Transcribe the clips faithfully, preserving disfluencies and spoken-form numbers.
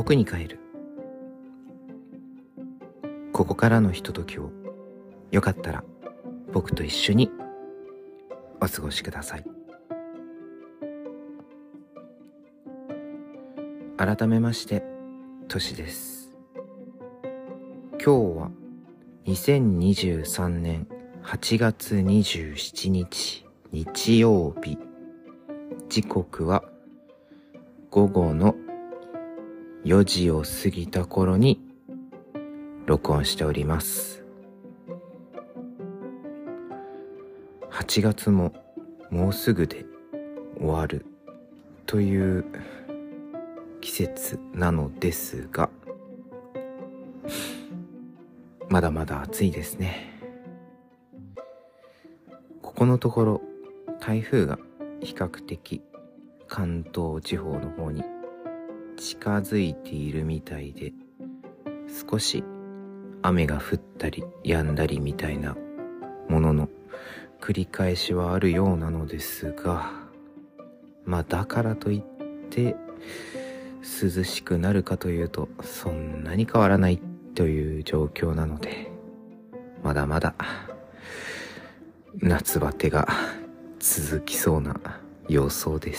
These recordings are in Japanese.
僕に帰る。ここからのひとときをよかったら僕と一緒にお過ごしください。改めましてトシです。今日はにせんにじゅうさんねんはちがつにじゅうしちにち日曜日、時刻は午後のよじを過ぎた頃に録音しております。はちがつももうすぐで終わるという季節なのですが、まだまだ暑いですね。ここのところ台風が比較的関東地方の方に近づいているみたいで、少し雨が降ったり止んだりみたいなものの繰り返しはあるようなのですが、まあだからといって涼しくなるかというとそんなに変わらないという状況なので、まだまだ夏バテが続きそうな様相です。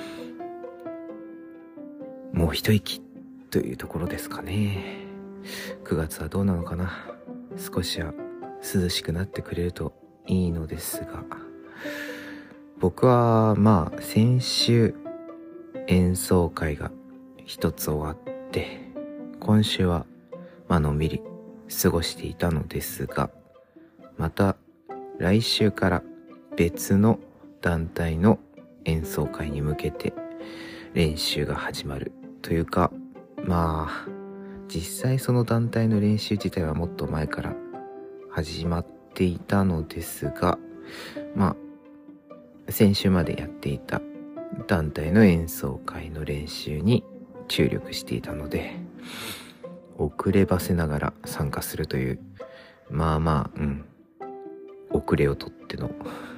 もう一息というところですかね。くがつはどうなのかな。少しは涼しくなってくれるといいのですが、僕はまあ先週演奏会が一つ終わって、今週はまあのんびり過ごしていたのですが、また来週から別の団体の演奏会に向けて練習が始まるというか、まあ実際その団体の練習自体はもっと前から始まっていたのですが、まあ先週までやっていた団体の演奏会の練習に注力していたので、遅ればせながら参加するという、まあまあうん遅れをとっての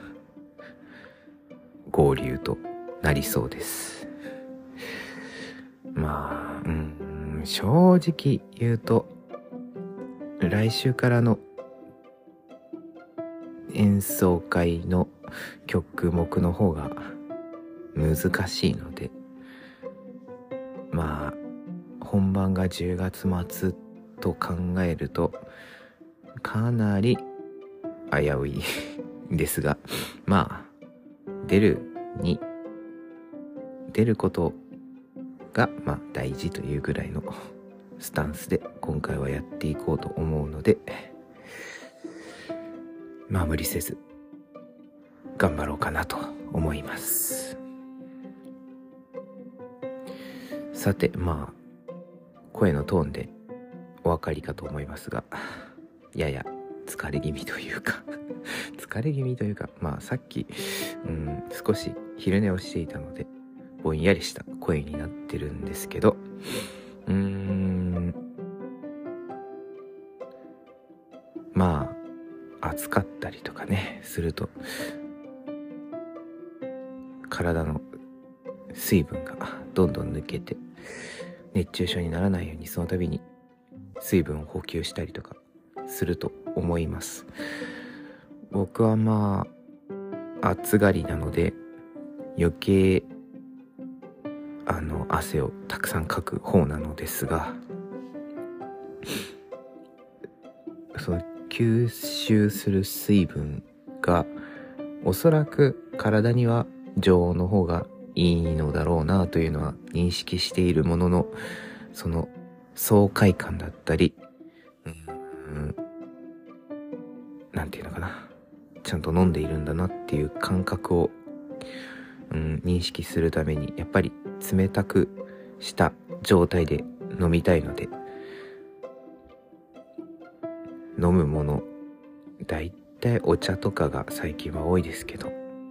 合流となりそうです。まあうん正直言うと来週からの演奏会の曲目の方が難しいので、まあ本番がじゅうがつまつと考えるとかなり危ういですが、まあ出るに出ることがまあ大事というぐらいのスタンスで今回はやっていこうと思うので、まあ無理せず頑張ろうかなと思います。さて、まあ声のトーンでお分かりかと思いますが、やや疲れ気味というか疲れ気味というかまあさっきうん少し昼寝をしていたのでぼんやりした声になってるんですけど、うーんまあ暑かったりとかねすると体の水分がどんどん抜けて熱中症にならないようにその度に水分を補給したりとかすると思います。僕はまあ暑がりなので余計あの汗をたくさんかく方なのですが、その吸収する水分がおそらく体には常温の方がいいのだろうなというのは認識しているものの、その爽快感だったり、うーんなんていうのかな、ちゃんと飲んでいるんだなっていう感覚を、うん、認識するためにやっぱり冷たくした状態で飲みたいので、飲むものだいたいお茶とかが最近は多いですけど、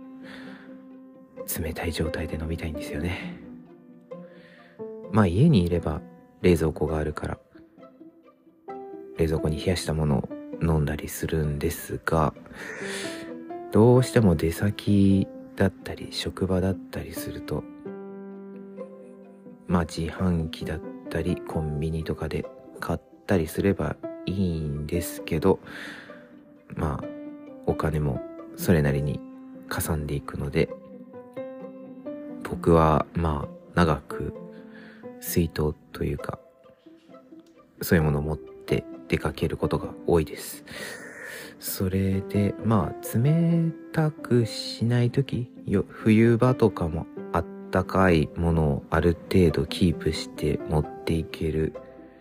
冷たい状態で飲みたいんですよね。まあ家にいれば冷蔵庫があるから冷蔵庫に冷やしたものを飲んだりするんですが、どうしても出先だったり職場だったりすると、まあ自販機だっったりコンビニとかで買ったりすればいいんですけど、まあお金もそれなりにかさんでいくので、僕はまあ長く水筒というかそういうものを持って出かけることが多いです。それでまあ冷たくしないとき、冬場とかもあったかいものをある程度キープして持っていける、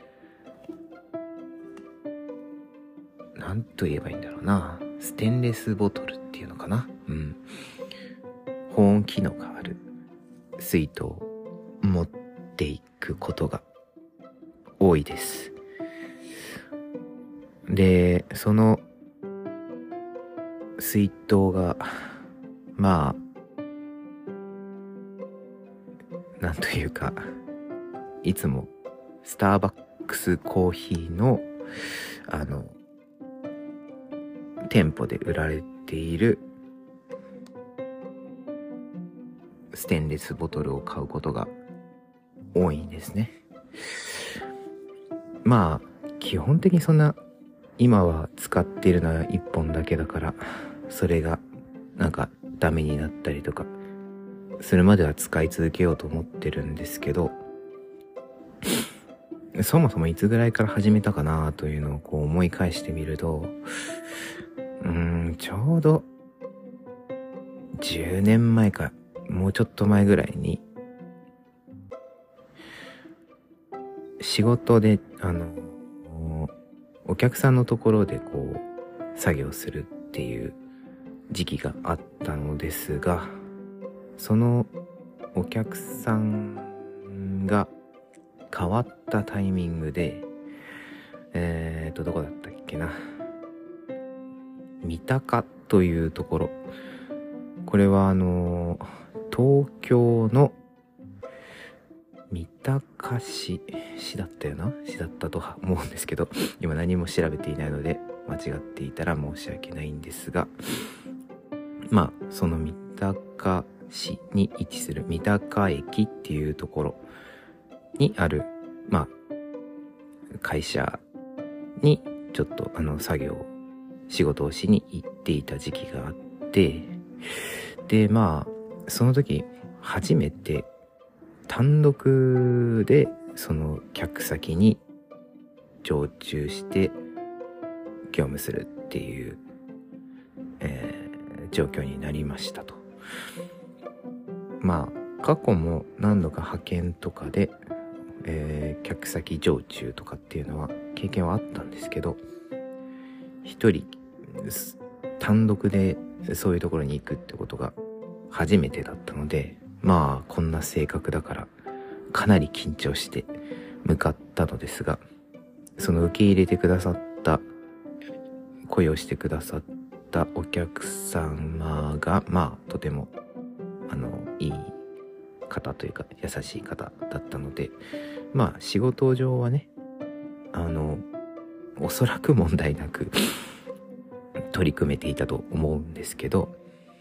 なんと言えばいいんだろうな、ステンレスボトルっていうのかな、うん、保温機能がある水筒を持っていくことが多いです。で、その水筒がまあなんというか、いつもスターバックスコーヒーのあの店舗で売られているステンレスボトルを買うことが多いんですね。まあ基本的にそんな今は使っているのはいっぽんだけだから、それがなんかダメになったりとかするまでは使い続けようと思ってるんですけど、そもそもいつぐらいから始めたかなというのをこう思い返してみると、うーんちょうどじゅうねんまえかもうちょっと前ぐらいに、仕事であのお客さんのところでこう作業するっていう時期があったのですが、そのお客さんが変わったタイミングで、えーとどこだったっけな、三鷹というところ、これはあの東京の三鷹市市だったよな市だったとは思うんですけど、今何も調べていないので間違っていたら申し訳ないんですが、まあその三鷹市に位置する三鷹駅っていうところにあるまあ会社にちょっとあの作業仕事をしに行っていた時期があって、でまあその時初めて単独でその客先に常駐して業務するっていう、えー、状況になりましたと。まあ過去も何度か派遣とかで、えー、客先常駐とかっていうのは経験はあったんですけど、一人単独でそういうところに行くってことが初めてだったので、まあこんな性格だからかなり緊張して向かったのですが、その受け入れてくださった声をしてくださったお客様がまあとてもあのいい方というか優しい方だったので、まあ仕事上はねあのおそらく問題なく取り組めていたと思うんですけど、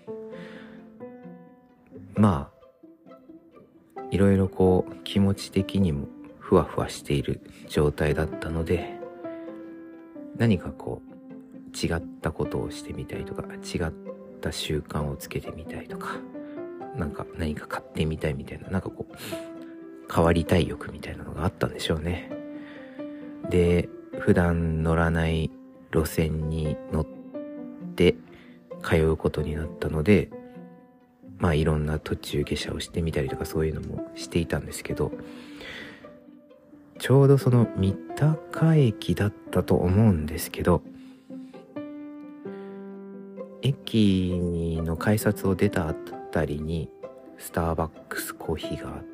まあいろいろこう気持ち的にもふわふわしている状態だったので、何かこう違ったことをしてみたいとか、違った習慣をつけてみたいとか、なんか何か買ってみたいみたいな、なんかこう変わりたい欲みたいなのがあったんでしょうね。で、普段乗らない路線に乗って通うことになったので、まあいろんな途中下車をしてみたりとかそういうのもしていたんですけど、ちょうどその三鷹駅だったと思うんですけど、駅の改札を出たあたりにスターバックスコーヒーがあって、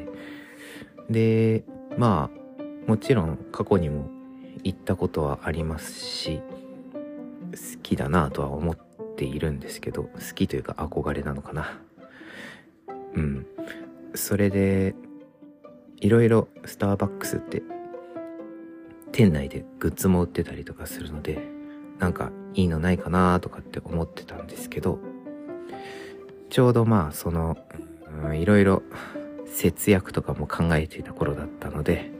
でまあもちろん過去にも行ったことはありますし、好きだなとは思っているんですけど、好きというか憧れなのかな。うんそれでいろいろスターバックスって店内でグッズも売ってたりとかするので、なんかいいのないかなとかって思ってたんですけど、ちょうどまあそのいろいろ節約とかも考えていた頃だったので、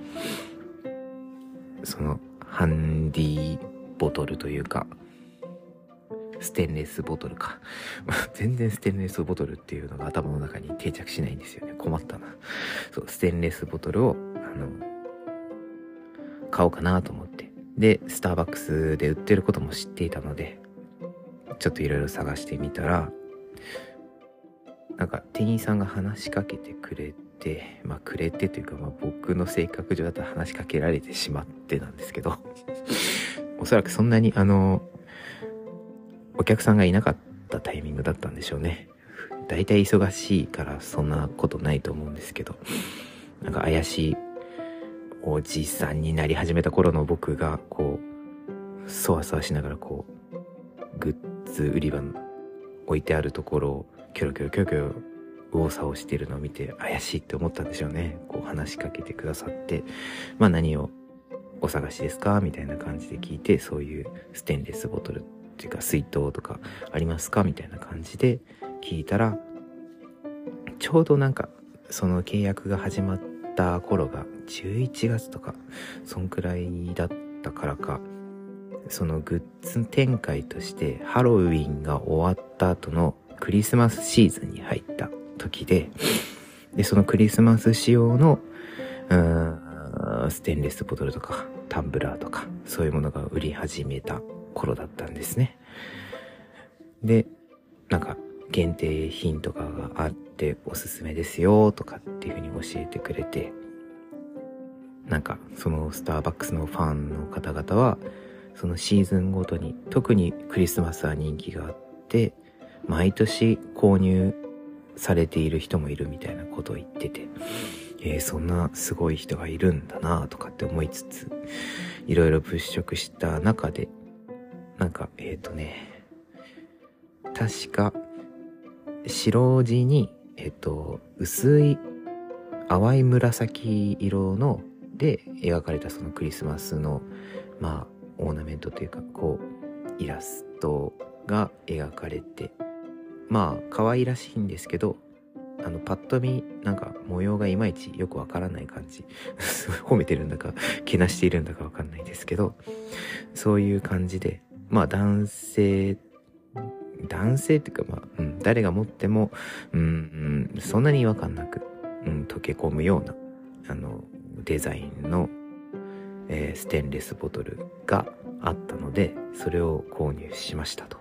そのハンディボトルというかステンレスボトルか全然ステンレスボトルっていうのが頭の中に定着しないんですよね。困ったな。そう、ステンレスボトルをあの買おうかなと思って、でスターバックスで売ってることも知っていたので、ちょっといろいろ探してみたら、なんか店員さんが話しかけてくれて、まあくれてというか、まあ僕の性格上だと話しかけられてしまってなんですけどおそらくそんなにあのお客さんがいなかったタイミングだったんでしょうね。だいたい忙しいからそんなことないと思うんですけど、なんか怪しいおじさんになり始めた頃の僕がこうそわそわしながらこうグッズ売り場置いてあるところをキョロキョロキョロキョロ右往左往しているのを見て怪しいって思ったんでしょうね。こう話しかけてくださって、まあ何をお探しですかみたいな感じで聞いて、そういうステンレスボトルっていうか水筒とかありますかみたいな感じで聞いたら、ちょうどなんかその契約が始まった頃がじゅういちがつとかそんくらいだったからか、そのグッズ展開としてハロウィンが終わった後のクリスマスシーズンに入った時で、でそのクリスマス仕様のうーんステンレスボトルとかタンブラーとかそういうものが売り始めた頃だったんですね。でなんか限定品とかがあっておすすめですよとかっていう風に教えてくれて、なんかそのスターバックスのファンの方々はそのシーズンごとに特にクリスマスは人気があって毎年購入されている人もいるみたいなことを言ってて、えー、そんなすごい人がいるんだなとかって思いつつ、いろいろ物色した中でなんかえっとね確か白地にえっと薄い淡い紫色ので描かれたそのクリスマスのまあオーナメントというかこうイラストが描かれて、まあ可愛らしいんですけど、あのパッと見なんか模様がいまいちよくわからない感じ褒めてるんだかけなしているんだかわかんないですけど、そういう感じで、まあ男性男性っていうかまあ、うん、誰が持ってもうん、うん、そんなに違和感なく、うん、溶け込むようなあのデザインの、えー、ステンレスボトルがあったので、それを購入しましたと。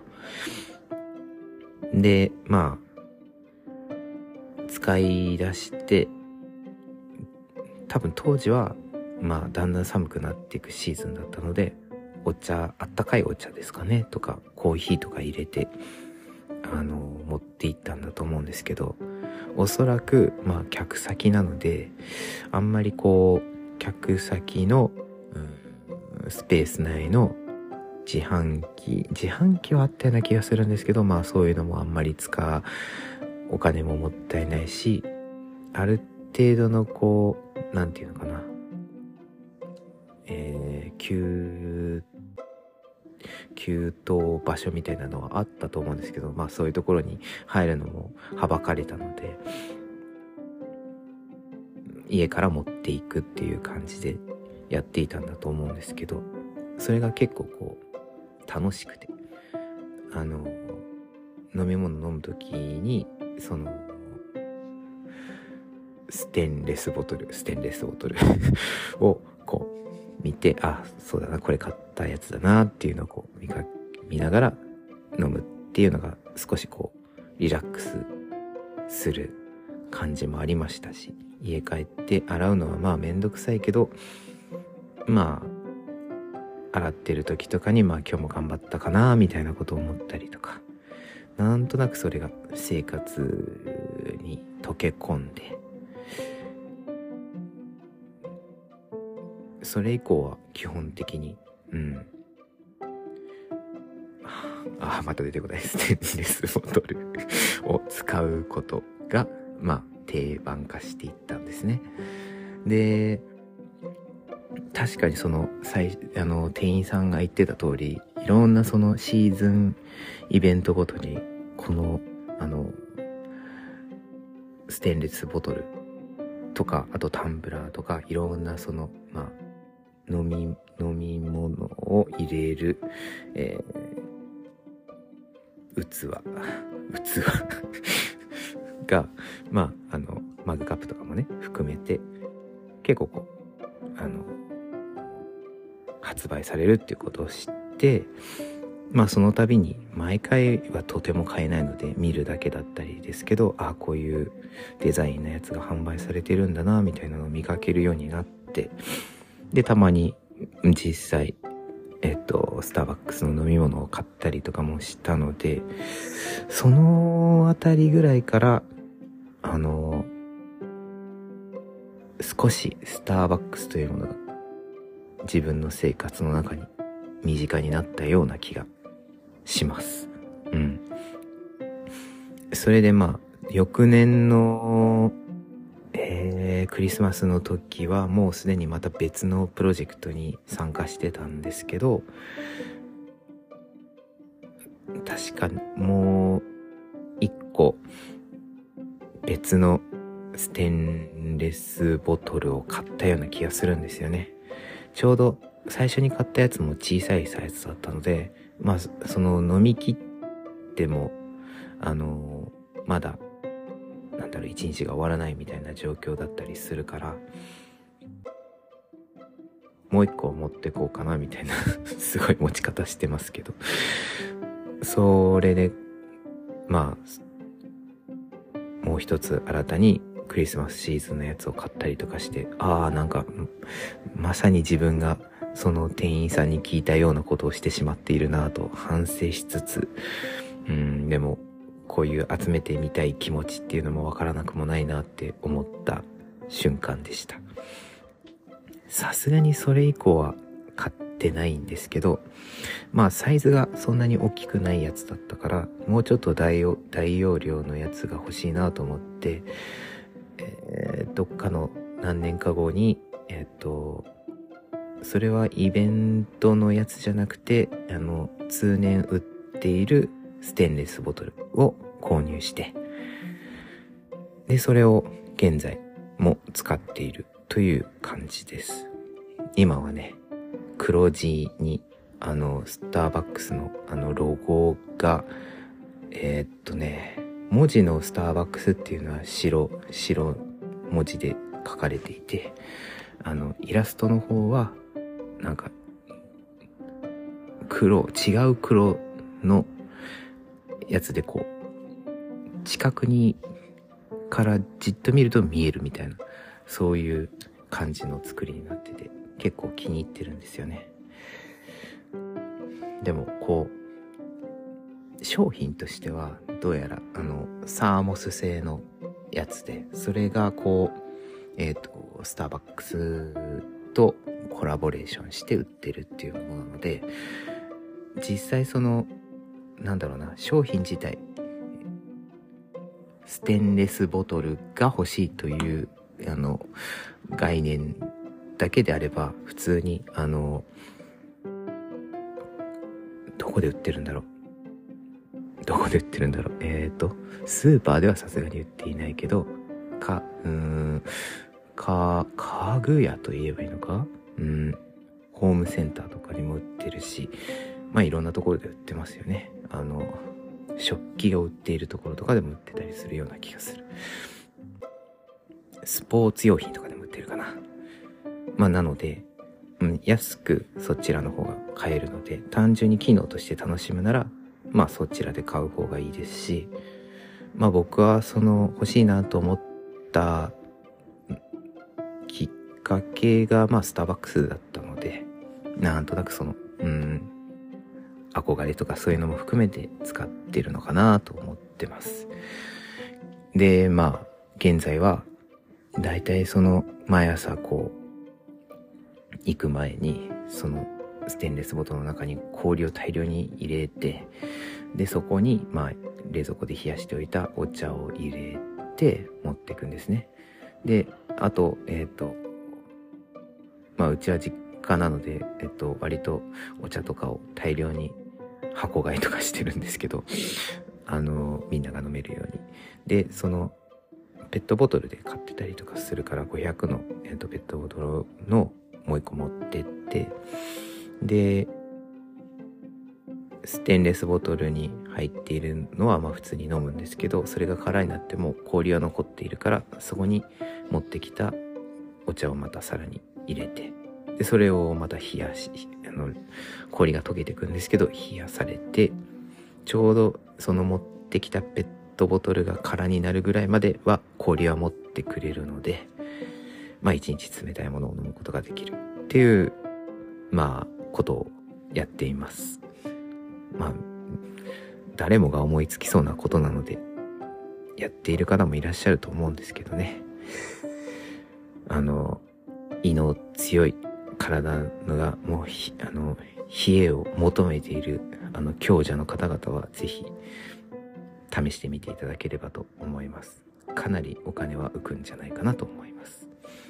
でまあ使い出して多分当時はまあだんだん寒くなっていくシーズンだったので、お茶あったかいお茶ですかねとかコーヒーとか入れてあの持って行ったんだと思うんですけど、おそらくまあ客先なのであんまりこう客先の、うん、スペース内の自販機自販機はあったような気がするんですけど、まあそういうのもあんまり使うお金ももったいないし、ある程度のこうなんていうのかな、えー、給給湯場所みたいなのはあったと思うんですけど、まあそういうところに入るのもはばかれたので、家から持っていくっていう感じでやっていたんだと思うんですけど、それが結構こう楽しくて、あの飲み物飲むときにそのステンレスボトルステンレスボトルをこう見て、あ、そうだな、これ買ったやつだなっていうのをこう 見か、見ながら飲むっていうのが少しこうリラックスする感じもありましたし、家帰って洗うのはまあめんどくさいけど、まあ洗ってる時とかにまあ今日も頑張ったかなみたいなことを思ったりとか、なんとなくそれが生活に溶け込んで、それ以降は基本的にうんああまた出てこないステンレスボトルを使うことがまあ定番化していったんですね。で確かにその最あの店員さんが言ってた通り、いろんなそのシーズンイベントごとにこのあのステンレスボトルとか、あとタンブラーとか、いろんなその、まあ、飲み、飲み物を入れる、えー、器、器が、まあ、あの、マグカップとかもね、含めて、結構こう、あの、発売されるっていうことを知って、まあその度に毎回はとても買えないので見るだけだったりですけど、あ、こういうデザインのやつが販売されてるんだなみたいなのを見かけるようになって、でたまに実際えっとスターバックスの飲み物を買ったりとかもしたので、そのあたりぐらいからあの少しスターバックスというものが自分の生活の中に身近になったような気がします。うん。それでまあ翌年の、えー、クリスマスの時はもうすでにまた別のプロジェクトに参加してたんですけど、確かもう一個別のステンレスボトルを買ったような気がするんですよね。ちょうど最初に買ったやつも小さいサイズだったので、まあその飲み切ってもあのー、まだなんだろう一日が終わらないみたいな状況だったりするから、もう一個持ってこうかなみたいなすごい持ち方してますけど、それでまあもう一つ新たにクリスマスシーズンのやつを買ったりとかして、ああなんかまさに自分がその店員さんに聞いたようなことをしてしまっているなと反省しつつ、うん、でもこういう集めてみたい気持ちっていうのもわからなくもないなって思った瞬間でした。さすがにそれ以降は買ってないんですけど、まあサイズがそんなに大きくないやつだったから、もうちょっと大容、大容量のやつが欲しいなと思って、えー、どっかの何年か後にえっとそれはイベントのやつじゃなくて、あの通年売っているステンレスボトルを購入して、でそれを現在も使っているという感じです。今はね、黒地にあのスターバックスのあのロゴがえー、っとね文字のスターバックスっていうのは白白文字で書かれていて、あのイラストの方はなんか黒、違う黒のやつでこう近くにからじっと見ると見えるみたいな、そういう感じの作りになってて結構気に入ってるんですよね。でもこう商品としてはどうやらあのサーモス製のやつで、それがこうえっとスターバックスとコラボレーションして売ってるっていうものなので、実際そのなんだろうな、商品自体ステンレスボトルが欲しいというあの概念だけであれば、普通にあのどこで売ってるんだろうどこで売ってるんだろうえっとスーパーではさすがに売っていないけど、かうーんか家具屋と言えばいいのか、うん、ホームセンターとかにも売ってるし、まあいろんなところで売ってますよね。あの食器を売っているところとかでも売ってたりするような気がする。スポーツ用品とかでも売ってるかな。まあなので、うん、安くそちらの方が買えるので、単純に機能として楽しむならまあそちらで買う方がいいですし、まあ僕はその欲しいなと思ったきっかけがまあスターバックスだったので、なんとなくそのうん憧れとかそういうのも含めて使ってるのかなと思ってます。でまあ現在はだいたいその毎朝こう行く前にそのステンレスボトルの中に氷を大量に入れて、でそこにまあ冷蔵庫で冷やしておいたお茶を入れて持っていくんですね。であとえっとまあうちは実家なので、えっと割とお茶とかを大量に箱買いとかしてるんですけど、あのみんなが飲めるように。でそのペットボトルで買ってたりとかするから、ごひゃくの、えー、とペットボトルのもう一個持ってって、でステンレスボトルに入っているのはまあ普通に飲むんですけど、それが空になっても氷は残っているから、そこに持ってきたお茶をまたさらに入れて、でそれをまた冷やし、あの氷が溶けていくんですけど、冷やされて、ちょうどその持ってきたペットボトルが空になるぐらいまでは氷は持ってくれるので、まあ一日冷たいものを飲むことができるっていうまあことをやっています。まあ誰もが思いつきそうなことなのでやっている方もいらっしゃると思うんですけどね、あの胃の強い体のがもうひあの冷えを求めているあの強者の方々はぜひ試してみていただければと思います。かなりお金は浮くんじゃないかなと思います。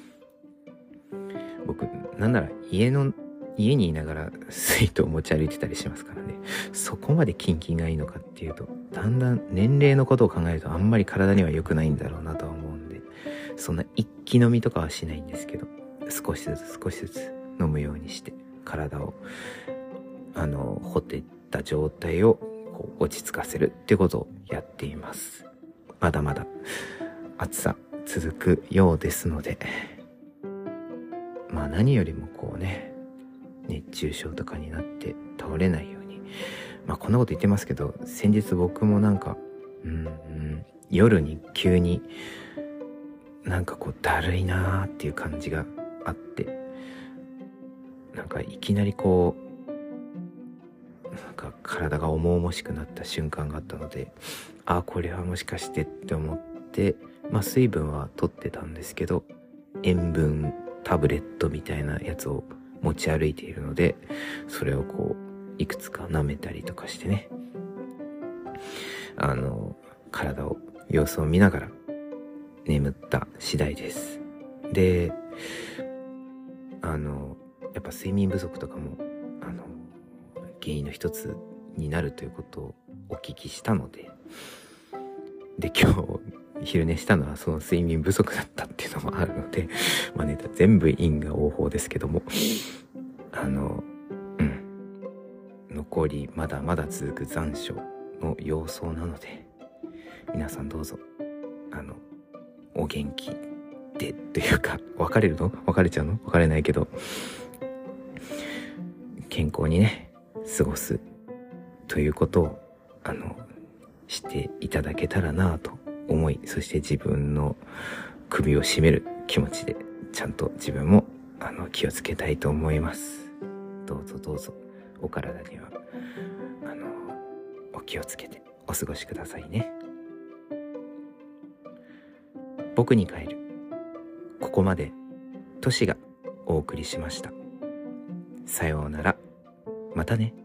僕なんなら家の家にいながら水筒を持ち歩いてたりしますからね。そこまでキンキンがいいのかっていうと、だんだん年齢のことを考えるとあんまり体には良くないんだろうなとは思うんで、そんな一気飲みとかはしないんですけど、少しずつ少しずつ飲むようにして体をあのほてった状態をこう落ち着かせるっていうことをやっています。まだまだ暑さ続くようですので、まあ何よりもこうね、熱中症とかになって倒れないように、まあこんなこと言ってますけど、先日僕もなんか、うん、うん、夜に急になんかこうだるいなーっていう感じがあって、なんかいきなりこうなんか体が重々しくなった瞬間があったので、あーこれはもしかしてって思って、まあ水分は取ってたんですけど、塩分タブレットみたいなやつを持ち歩いているので、それをこういくつか舐めたりとかしてね、あの体を様子を見ながら眠った次第です。で、あのやっぱ睡眠不足とかもあの原因の一つになるということをお聞きしたので、で今日昼寝したのはその睡眠不足だったっていうのもあるので、まあネタ全部因果応報ですけども、あのうん残りまだまだ続く残暑の様相なので、皆さんどうぞあのお元気でというか、別れるの別れちゃうの別れないけど健康にね過ごすということをあのしていただけたらなと思い、そして自分の首を絞める気持ちでちゃんと自分もあの気をつけたいと思います。どうぞどうぞお体にはあのお気をつけてお過ごしくださいね。僕に帰る。ここまでトシがお送りしました。さようなら。またね。